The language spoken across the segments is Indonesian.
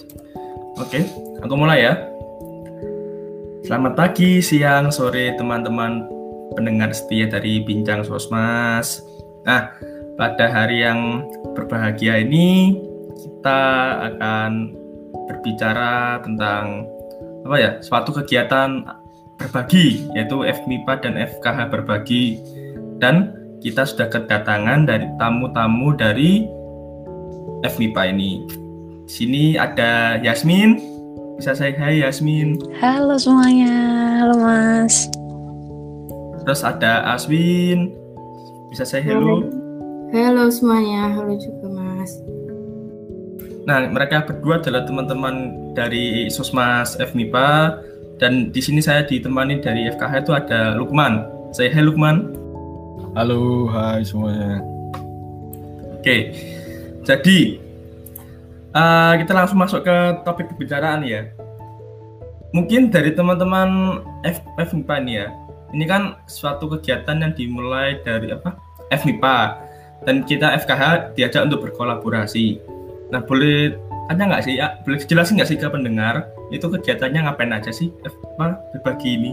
Oke, aku mulai ya. Selamat pagi, siang, sore teman-teman pendengar setia dari Bincang Sosmas. Nah, pada hari yang berbahagia ini kita akan berbicara tentang suatu kegiatan berbagi, yaitu FMIPA dan FKH berbagi. Dan kita sudah kedatangan dari tamu-tamu dari FMIPA ini. Di sini ada Yasmin. Bisa saya hai Yasmin. Halo semuanya, halo Mas. Terus ada Aswin. Bisa saya hello. Halo semuanya, halo juga Mas. Nah, mereka berdua adalah teman-teman dari Sosmas FMIPA, dan di sini saya ditemani dari FKH itu ada Lukman. Saya hai Lukman. Halo, hai semuanya. Oke, jadi kita langsung masuk ke topik pembicaraan ya. Mungkin dari teman-teman FMIPA ini ya, ini kan suatu kegiatan yang dimulai dari FMIPA, dan kita FKH diajak untuk berkolaborasi. Nah, boleh tanya nggak sih ya, boleh jelasin nggak sih ke pendengar itu kegiatannya ngapain aja sih berbagi ini?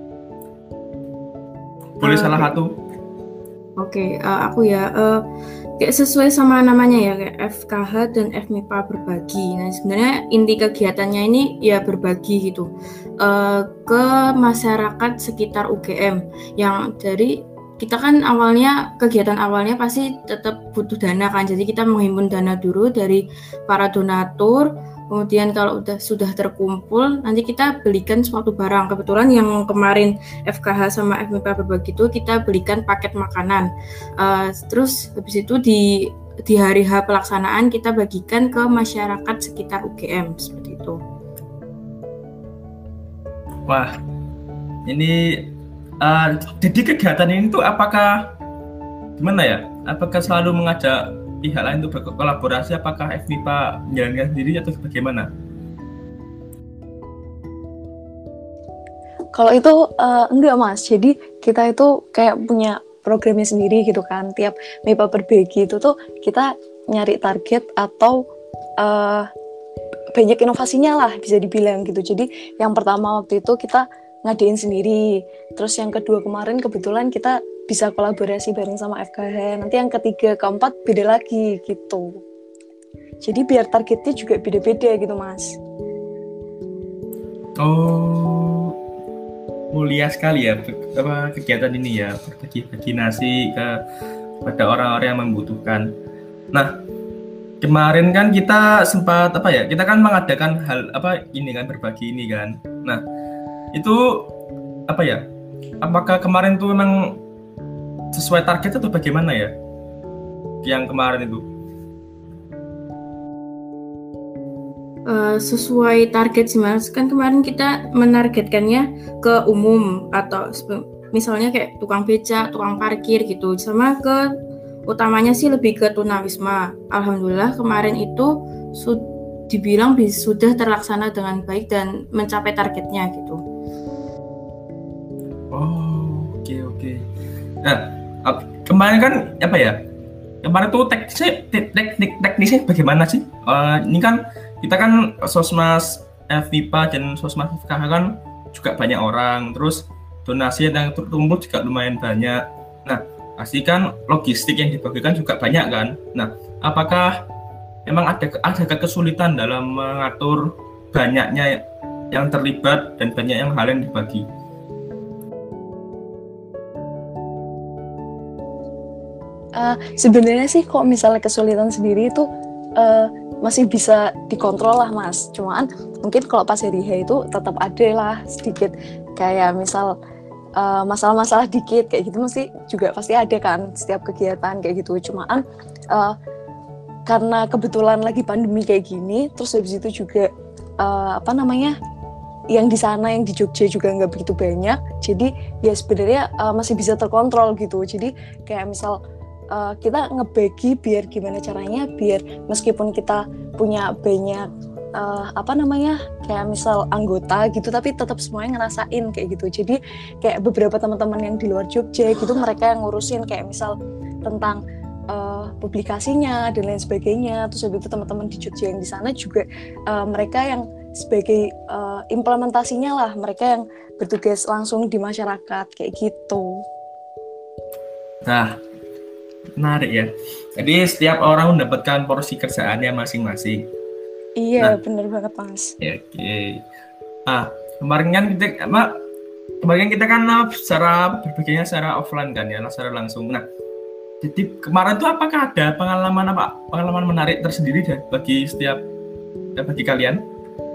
Boleh salah satu? Oke, aku ya kayak sesuai sama namanya ya, kayak FKH dan FMIPA berbagi. Nah, sebenarnya inti kegiatannya ini ya berbagi gitu ke masyarakat sekitar UGM, yang dari kita kan kegiatan awalnya pasti tetap butuh dana kan, jadi kita menghimpun dana dulu dari para donatur. Kemudian kalau sudah terkumpul, nanti kita belikan suatu barang. Kebetulan yang kemarin FKH sama FMIPA berbagi itu kita belikan paket makanan. Terus habis itu di hari H pelaksanaan kita bagikan ke masyarakat sekitar UGM seperti itu. Wah, ini jadi kegiatan ini tuh apakah gimana ya? Apakah selalu mengajak pihak lain untuk berkolaborasi? Apakah FMIPA menjalankan sendiri atau bagaimana? Kalau itu enggak Mas, jadi kita itu kayak punya programnya sendiri gitu kan. Tiap MIPA berbagi itu tuh kita nyari target atau banyak inovasinya lah bisa dibilang gitu. Jadi yang pertama waktu itu kita ngadain sendiri, terus yang kedua kemarin kebetulan kita bisa kolaborasi bareng sama FKH. Nanti yang ketiga, keempat beda lagi gitu. Jadi biar targetnya juga beda-beda gitu Mas. Oh, mulia sekali ya kegiatan ini ya, berbagi nasi kepada orang-orang yang membutuhkan. Nah, kemarin kan kita sempat kita kan mengadakan hal ini kan, berbagi ini kan. Nah, itu apakah kemarin tuh memang sesuai target atau bagaimana ya yang kemarin itu? Sesuai target sih Mas, kan kemarin kita menargetkannya ke umum, atau misalnya kayak tukang beca, tukang parkir gitu, sama ke utamanya sih lebih ke tunawisma. Alhamdulillah kemarin itu dibilang sudah terlaksana dengan baik dan mencapai targetnya gitu. Oh, oke. Nah, kemarin kan kemarin tuh teknisnya bagaimana sih? Ini kan kita kan Sosmas FMIPA dan Sosmas FKH kan juga banyak orang, terus donasi yang terkumpul juga lumayan banyak. Nah, pasti kan logistik yang dibagikan juga banyak kan. Nah, apakah memang ada kesulitan dalam mengatur banyaknya yang terlibat dan banyak yang hal yang dibagi? Sebenarnya sih kok misalnya kesulitan sendiri itu masih bisa dikontrol lah Mas. Cuman mungkin kalau pas hari H itu tetap ada lah sedikit kayak misal masalah-masalah dikit kayak gitu juga pasti ada kan setiap kegiatan kayak gitu. Cuman karena kebetulan lagi pandemi kayak gini, terus habis itu juga yang di sana yang di Jogja juga nggak begitu banyak. Jadi ya sebenarnya masih bisa terkontrol gitu. Jadi kayak misal kita ngebagi biar gimana caranya biar meskipun kita punya banyak kayak misal anggota gitu, tapi tetap semuanya ngerasain kayak gitu. Jadi kayak beberapa teman-teman yang di luar Jogja gitu, mereka yang ngurusin kayak misal tentang publikasinya dan lain sebagainya. Terus habis itu teman-teman di Jogja yang di sana juga mereka yang sebagai implementasinya lah, mereka yang bertugas langsung di masyarakat kayak gitu. Nah, menarik ya. Jadi setiap orang mendapatkan porsi kerjaannya masing-masing. Iya, bener banget Mas. Ya, oke. Kemarin kita kan secara berbaginya secara offline kan ya, secara langsung. Nah, jadi kemarin tuh apakah ada pengalaman menarik tersendiri bagi kalian?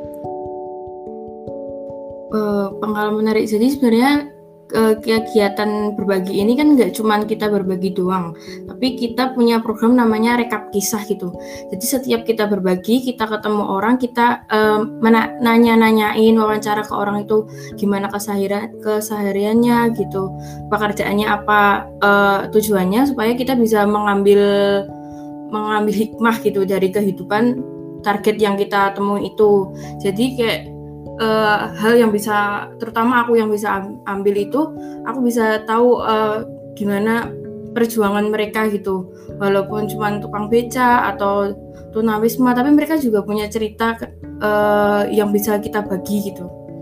Pengalaman menarik. Jadi sebenarnya kegiatan berbagi ini kan nggak cuma kita berbagi doang, tapi kita punya program namanya rekap kisah gitu. Jadi setiap kita berbagi, kita ketemu orang, kita nanya-nanyain, wawancara ke orang itu gimana kesehariannya gitu, pekerjaannya apa, tujuannya supaya kita bisa mengambil hikmah gitu dari kehidupan target yang kita temui itu. Jadi kayak hal yang bisa, terutama aku yang bisa ambil itu, aku bisa tahu gimana perjuangan mereka gitu, walaupun cuma tukang beca atau tunawisma, tapi mereka juga punya cerita yang bisa kita bagi gitu.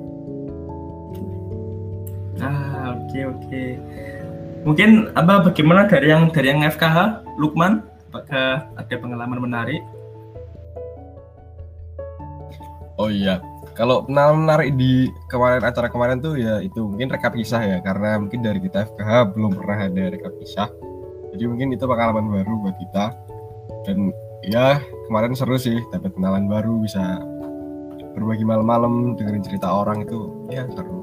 Oke. Mungkin bagaimana dari yang FKH, Lukman, apakah ada pengalaman menarik? Oh iya, kalau pengalaman menarik di acara kemarin tuh ya itu mungkin rekap kisah ya, karena mungkin dari kita FKH belum pernah ada rekap kisah, jadi mungkin itu pengalaman baru buat kita. Dan ya kemarin seru sih, dapat kenalan baru, bisa berbagi malam-malam dengerin cerita orang, itu ya seru.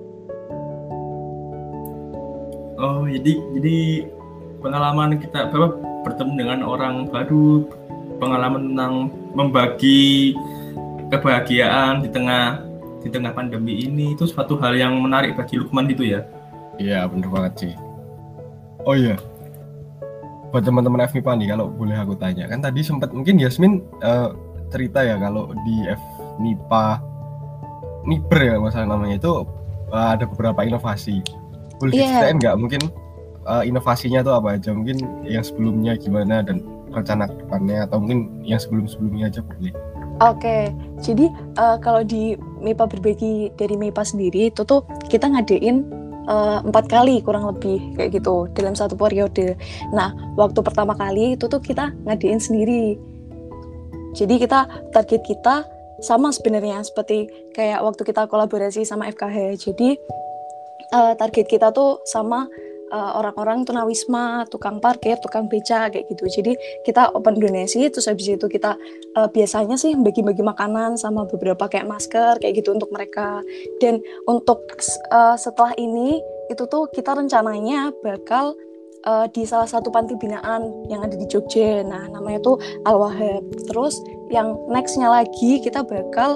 Oh, jadi pengalaman kita bertemu dengan orang baru, pengalaman tentang membagi kebahagiaan di tengah pandemi ini, itu suatu hal yang menarik bagi Lukman gitu ya. Iya, bener banget sih. Oh iya, buat teman-teman FMIPA nih, kalau boleh aku tanya, kan tadi sempat mungkin Yasmin cerita ya kalau di FMIPA Miber ya masalah namanya itu ada beberapa inovasi. Boleh diceritain nggak mungkin inovasinya tuh apa aja, mungkin yang sebelumnya gimana dan rencana ke depannya, atau mungkin yang sebelum-sebelumnya aja boleh. Oke, jadi kalau di MIPA berbagi dari MIPA sendiri itu tuh kita ngadain 4 kali kurang lebih kayak gitu dalam satu periode. Nah, waktu pertama kali itu tuh kita ngadain sendiri. Jadi target kita sama sebenarnya seperti kayak waktu kita kolaborasi sama FKH. Jadi target kita tuh sama orang-orang tunawisma, tukang parkir, tukang beca kayak gitu. Jadi kita open donasi, terus habis itu kita biasanya sih bagi-bagi makanan sama beberapa kayak masker kayak gitu untuk mereka. Dan untuk setelah ini itu tuh kita rencananya bakal di salah satu panti binaan yang ada di Jogja. Nah, namanya tuh Al-Wahab. Terus yang nextnya lagi kita bakal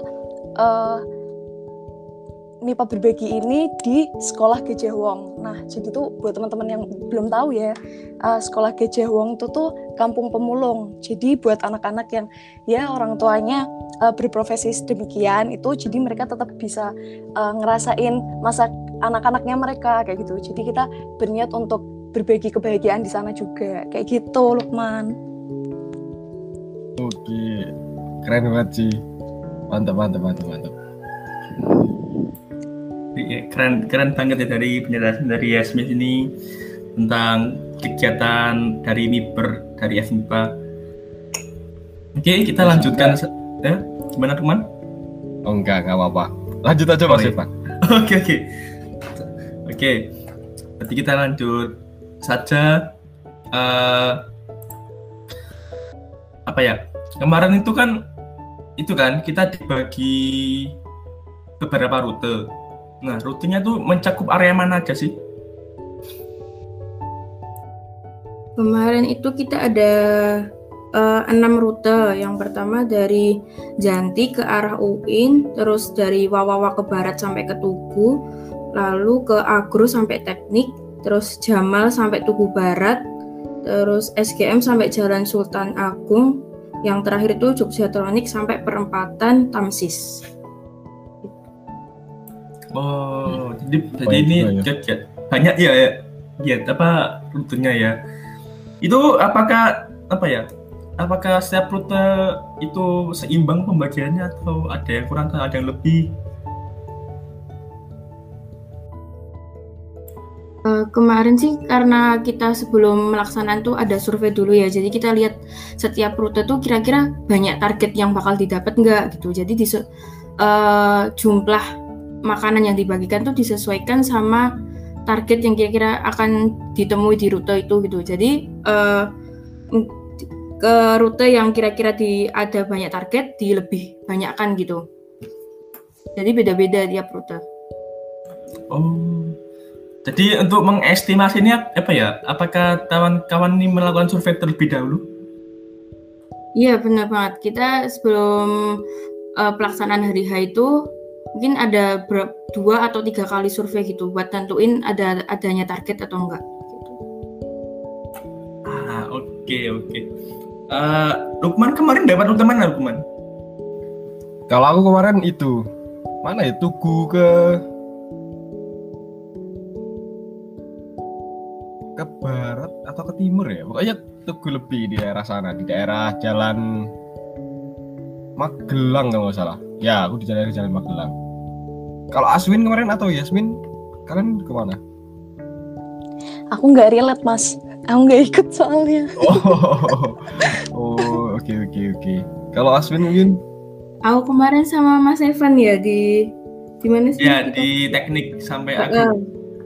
MIPA berbagi ini di Sekolah Gajah Wong. Nah, jadi tuh buat teman-teman yang belum tahu ya, Sekolah Gajah Wong itu tuh kampung pemulung. Jadi buat anak-anak yang ya orang tuanya berprofesi sedemikian itu, jadi mereka tetap bisa ngerasain masa anak-anaknya mereka kayak gitu. Jadi kita berniat untuk berbagi kebahagiaan di sana juga kayak gitu, Lukman. Oke, keren banget sih, mantap. Keren banget ya dari penjelasan dari Yasmin ini tentang kegiatan dari MIPER dari FMIPA. Oke, kita lanjutkan. Gimana teman? Oh enggak apa-apa. Lanjut aja Mas Irfan. Oke. Berarti kita lanjut saja. Kemarin itu kan kita dibagi beberapa rute. Nah, rutenya tuh mencakup area mana aja sih? Kemarin itu kita ada 6 rute. Yang pertama dari Janti ke arah UIN, terus dari Wawawa ke barat sampai ke Tugu, lalu ke Agro sampai Teknik, terus Jamal sampai Tugu Barat, terus SGM sampai Jalan Sultan Agung, yang terakhir itu Jogjatronik sampai perempatan Tamsis. Oh, jadi ini banyak ya rutenya ya. Itu apakah apa ya? Apakah setiap rute itu seimbang pembagiannya atau ada yang kurang atau ada yang lebih? Kemarin sih karena kita sebelum melaksanaan tuh ada survei dulu ya, jadi kita lihat setiap rute tuh kira-kira banyak target yang bakal didapat nggak gitu. Jadi jumlah makanan yang dibagikan tuh disesuaikan sama target yang kira-kira akan ditemui di rute itu gitu. Jadi ke rute yang kira-kira ada banyak target di lebih banyakkan gitu. Jadi beda-beda tiap rute. Oh. Jadi untuk mengestimasinya apa ya? Apakah kawan-kawan ini melakukan survei terlebih dahulu? Iya benar banget. Kita sebelum pelaksanaan hari H itu mungkin ada 2 atau 3 kali survei gitu buat tentuin adanya target atau enggak. Gitu. Oke. Lukman kemarin dapat rute mana, Lukman? Kalau aku kemarin itu mana ya, Tugu ke barat atau ke timur ya, pokoknya Tugu lebih di daerah sana, di daerah Jalan Magelang kalau nggak salah. Ya, aku di daerah Jalan Magelang. Kalau Aswin kemarin atau Yasmin, kalian kemana? Aku nggak relate Mas, aku nggak ikut soalnya. Oke. Kalau Aswin mungkin? Aku kemarin sama Mas Evan ya di mana sih? Ya di teknik sampai agro.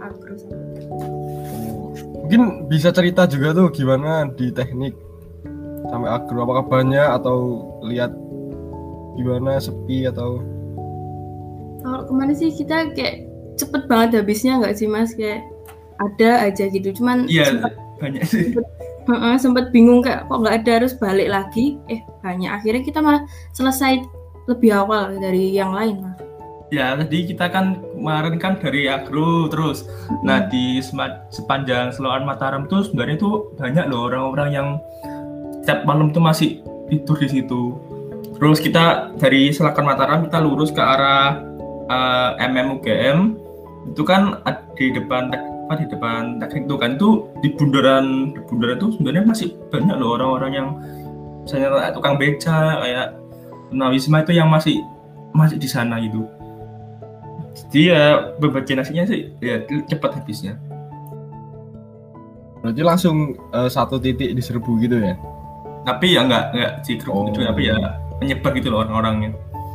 Mungkin bisa cerita juga tuh gimana di teknik sampai agro, apakah banyak atau lihat gimana, sepi atau? Kalau kemarin sih kita kayak cepet banget habisnya nggak sih Mas, kayak ada aja gitu, cuman Banyak sih. Sempet bingung kayak kok nggak ada, harus balik lagi, banyak, akhirnya kita malah selesai lebih awal dari yang lain Mas. Ya, tadi kita kan kemarin kan dari agro terus. Nah, di sepanjang Seloan Mataram tuh sebenarnya tuh banyak loh orang-orang yang setiap malam tuh masih tidur di situ. Terus kita dari Seloan Mataram kita lurus ke arah MMUGM. Itu kan di depan teknik itu kan, itu di bundaran itu sebenarnya masih banyak loh orang-orang yang misalnya tukang beca kayak tunawisma itu yang masih di sana gitu. Jadi ya beberapa nasinya sih ya cepat habisnya. Berarti langsung satu titik diserbu gitu ya? Tapi ya nggak sih grup itu, tapi ya menyebar gitu loh orang-orangnya.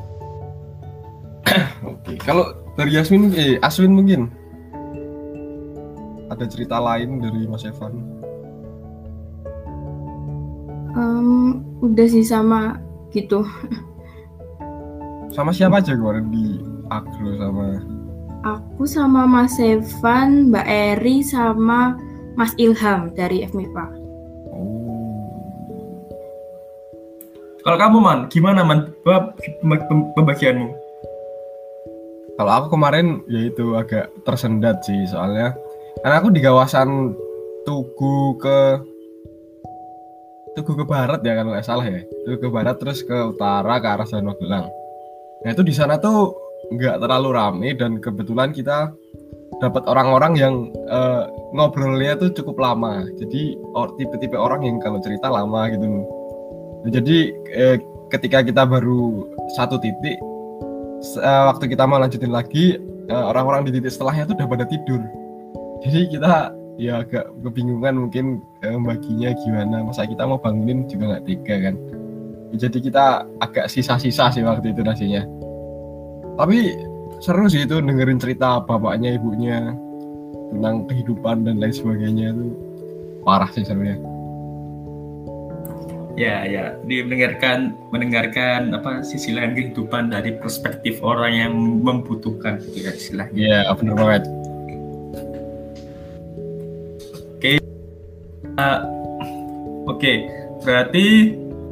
Oke. Kalau dari Aswin mungkin ada cerita lain dari Mas Evan? Udah sih sama gitu. Sama siapa aja kemarin di agro? Sama aku sama Mas Evan, Mbak Eri, sama Mas Ilham dari FMIPA. Kalau kamu Man, gimana Man pembagianmu? Kalau aku kemarin ya itu agak tersendat sih, soalnya karena aku di kawasan Tugu ke barat ya kalau nggak salah ya, Tugu ke barat terus ke utara ke arah Jalan Magelang. Nah itu di sana tuh nggak terlalu rame dan kebetulan kita dapat orang-orang yang ngobrolnya tuh cukup lama. Jadi tipe-tipe orang yang kalau cerita lama gitu. Nah, jadi ketika kita baru satu titik, waktu kita mau lanjutin lagi, orang-orang di titik setelahnya tuh udah pada tidur. Jadi kita ya agak kebingungan mungkin baginya gimana. Masa kita mau bangunin juga nggak tega kan. Jadi kita agak sisa-sisa sih waktu itu nasinya. Tapi seru sih itu dengerin cerita bapaknya, ibunya tentang kehidupan dan lain sebagainya, itu parah sih serunya. Ya, mendengarkan apa sisi lain kehidupan dari perspektif orang yang membutuhkan gitu ya istilahnya. Iya, benar banget. Oke, berarti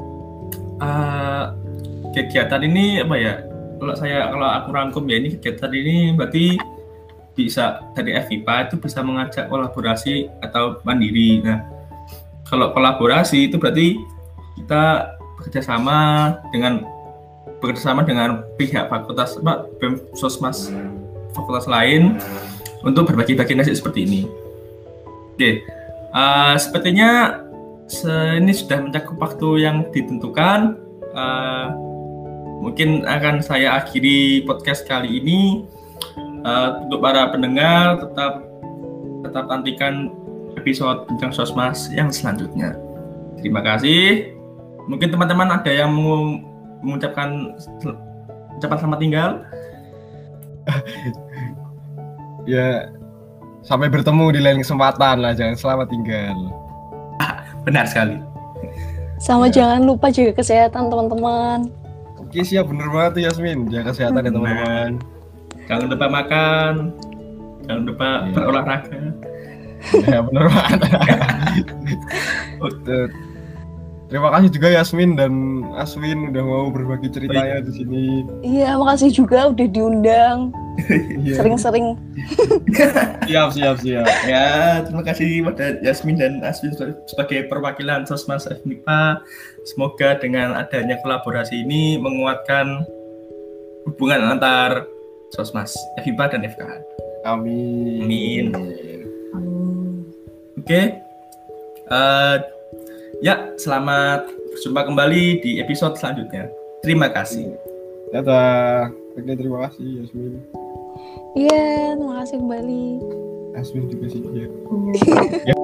kegiatan ini apa ya? Kalau aku rangkum ya, ini kegiatan ini berarti bisa dari FMIPA itu bisa mengajak kolaborasi atau mandiri. Nah, kalau kolaborasi itu berarti kita bekerjasama dengan pihak fakultas BEM Sosmas fakultas lain untuk berbagi-bagi nasi seperti ini. Oke, sepertinya ini sudah mencakup waktu yang ditentukan. Mungkin akan saya akhiri podcast kali ini. Untuk para pendengar tetap nantikan episode Bincang Sosmas yang selanjutnya. Terima kasih. Mungkin teman-teman ada yang mengucapkan ucapan selamat tinggal. Ya, sampai bertemu di lain kesempatan lah, jangan selamat tinggal. Benar sekali. Sama jangan lupa jaga kesehatan teman-teman. Oke, siap, bener banget tuh Yasmin. Jaga kesehatan ya teman-teman. Jangan lupa makan, jangan lupa berolahraga. Ya bener banget. Terima kasih juga Yasmin dan Aswin udah mau berbagi ceritanya di sini. Iya, makasih juga udah diundang. Iya. Sering-sering. Siap. Ya, terima kasih pada Yasmin dan Aswin sebagai perwakilan Sosmas FMIPA. Semoga dengan adanya kolaborasi ini menguatkan hubungan antar Sosmas FMIPA dan FKH. Amin. Oke. Ya, selamat berjumpa kembali di episode selanjutnya. Terima kasih. Dadah. Oke, terima kasih Yasmin. Iya, terima kasih kembali. Aswin juga sih. Ya.